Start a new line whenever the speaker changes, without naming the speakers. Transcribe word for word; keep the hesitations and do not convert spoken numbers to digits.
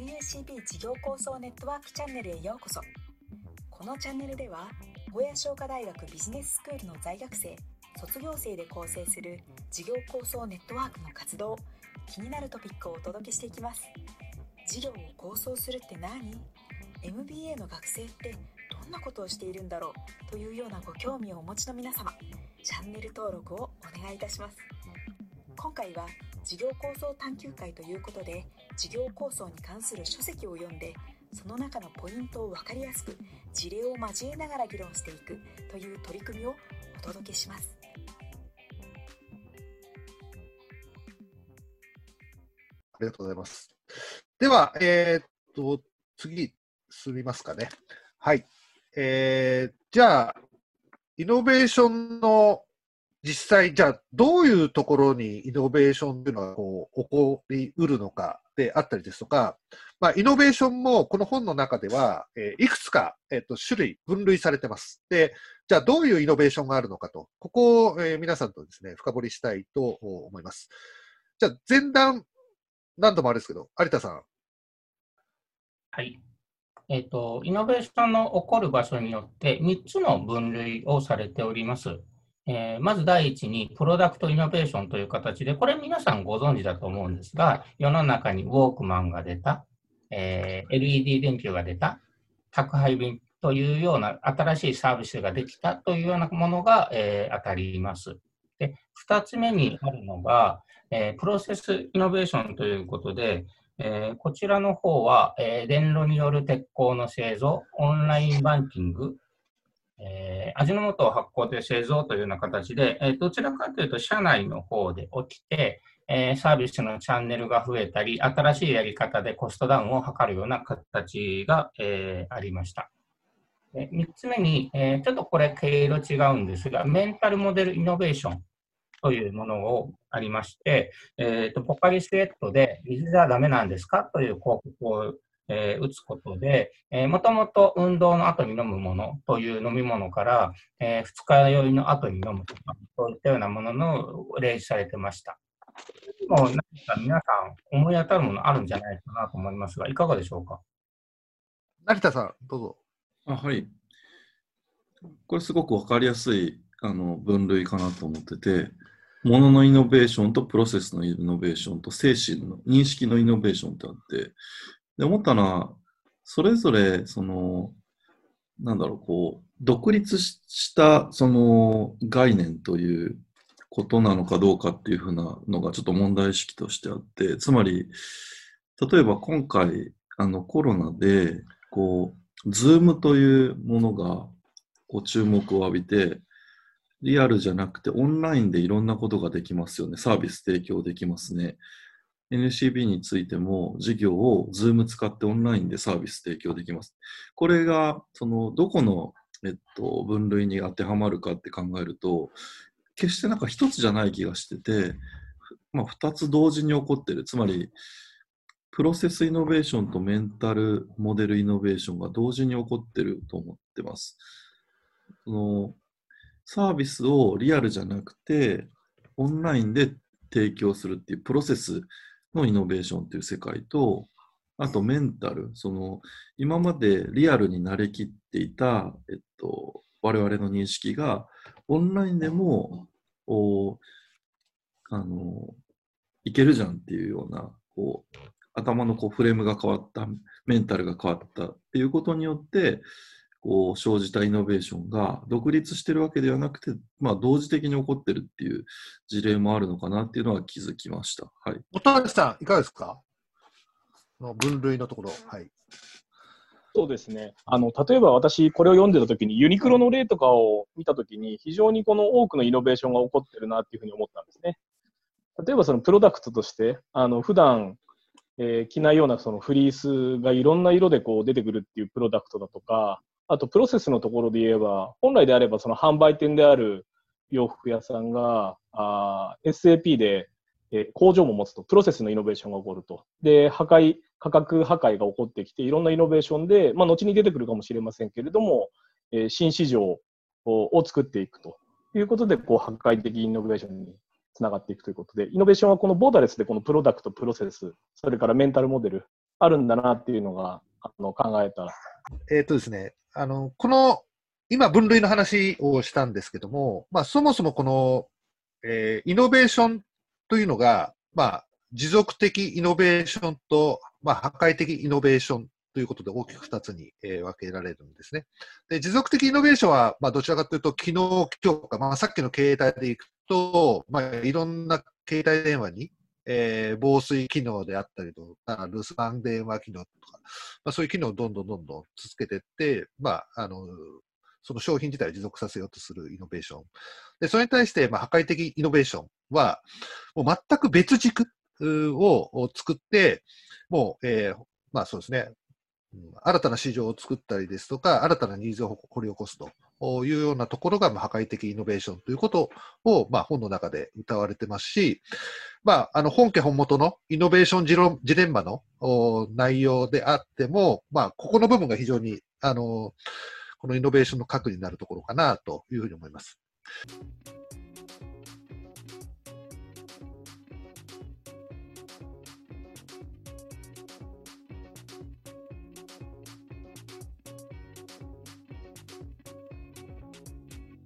ブイユーシービー 事業構想ネットワークチャンネルへようこそ。このチャンネルでは名古屋商科大学ビジネススクールの在学生、卒業生で構成する事業構想ネットワークの活動、気になるトピックをお届けしていきます。事業を構想するって何？ エムビーエー の学生ってどんなことをしているんだろうというようなご興味をお持ちの皆様、チャンネル登録をお願いいたします。今回は事業構想探究会ということで、事業構想に関する書籍を読んで、その中のポイントを分かりやすく事例を交えながら議論していくという取り組みをお届けします。
ありがとうございます。では、えー、っと次進みますかね。はい。えー、じゃあイノベーションの実際、じゃあどういうところにイノベーションというのがこう起こりうるのかであったりですとか、まあ、イノベーションもこの本の中では、えー、いくつか、えー、と種類分類されてます。で、じゃあどういうイノベーションがあるのかと、ここを、えー、皆さんとですね、深掘りしたいと思います。じゃあ前段、何度もあれですけど、有田さん。
はい。えっと、イノベーションの起こる場所によってみっつの分類をされております。えーまず第一に、プロダクトイノベーションという形で、これ皆さんご存知だと思うんですが、世の中にウォークマンが出た、えー エルイーディー 電球が出た、宅配便というような新しいサービスができたというようなものが、えー当たります。で、ふたつめにあるのが、えープロセスイノベーションということで、えーこちらの方は、えー電炉による鉄鋼の製造、オンラインバンキング、えー味の素を発酵で製造というような形で、えーどちらかというと社内の方で起きて、えーサービスのチャンネルが増えたり、新しいやり方でコストダウンを図るような形が、えーありました。でみっつめに、えーちょっとこれ毛色違うんですが、メンタルモデルイノベーションというものをありまして、えーと、ポカリスエットで水じゃダメなんですかという広告を、えー打つことで、えー、もともと運動の後に飲むものという飲み物から、えー、二日酔いの後に飲むとか、そういったようなものの例示されてました。もう何か皆さん思い当たるものあるんじゃないかなと思いますが、いかがでしょうか。
成田さん、どうぞ。
あ、はい。これすごく分かりやすいあの分類かなと思ってて、もののイノベーションとプロセスのイノベーションと精神の認識のイノベーションってあって、で思ったのは、それぞれそのなんだろうこう独立したその概念ということなのかどうかっていうふうなのがちょっと問題意識としてあって、つまり例えば今回あのコロナでこう Zoom というものがこう注目を浴びて、リアルじゃなくてオンラインでいろんなことができますよね。サービス提供できますね。エヌシービー についても事業を Zoom 使ってオンラインでサービス提供できます。これがそのどこの、えっと、分類に当てはまるかって考えると、決してなんか一つじゃない気がしてて、まあ、二つ同時に起こってる。つまりプロセスイノベーションとメンタルモデルイノベーションが同時に起こってると思ってます。そのサービスをリアルじゃなくてオンラインで提供するっていうプロセスのイノベーションという世界と、あとメンタル、その今までリアルになりきっていた、えっと、我々の認識がオンラインでもおあのいけるじゃんっていうようなこう頭のこうフレームが変わった、メンタルが変わったっていうことによってこう生じたイノベーションが独立してるわけではなくて、まあ、同時的に起こってるっていう事例もあるのかなっていうのは気づきました。はい。
本橋さん、いかがですか？の分類のところ。はい。
そうですね。あの、例えば私、これを読んでたときに、ユニクロの例とかを見たときに、非常にこの多くのイノベーションが起こってるなっていうふうに思ったんですね。例えばそのプロダクトとして、あの、普段、えー着ないようなそのフリースがいろんな色でこう出てくるっていうプロダクトだとか、あとプロセスのところで言えば、本来であればその販売店である洋服屋さんが、あー エスエーピー で、えー工場も持つと、プロセスのイノベーションが起こると。で、破壊、価格破壊が起こってきて、いろんなイノベーションで、まあ、後に出てくるかもしれませんけれども、えー新市場をを作っていくということで、こう破壊的イノベーションにつながっていくということで、イノベーションはこのボーダレスでこのプロダクト、プロセス、それからメンタルモデル、 あるんだなっていうのがあの考えた。
えっとですね、あの、この、今分類の話をしたんですけども、まあそもそもこの、えーイノベーションというのが、まあ持続的イノベーションと、まあ破壊的イノベーションということで大きく二つに、えー分けられるんですね。で、持続的イノベーションは、まあどちらかというと機能強化、まあさっきの携帯でいくと、まあいろんな携帯電話に、えー防水機能であったりとか、留守番電話機能とか、まあそういう機能をどんどんどんどん続けていって、まああの、その商品自体を持続させようとするイノベーション。で、それに対して、まあ、破壊的イノベーションは、もう全く別軸を作って、もう、えーまあそうですね、新たな市場を作ったりですとか、新たなニーズを掘り起こすというようなところが、まあ、破壊的イノベーションということを、まあ、本の中で謳われてますし、まあ、あの、本家本元のイノベーションジロジレンマの内容であっても、まあ、ここの部分が非常に、あの、このイノベーションの核になるところかなというふうに思います。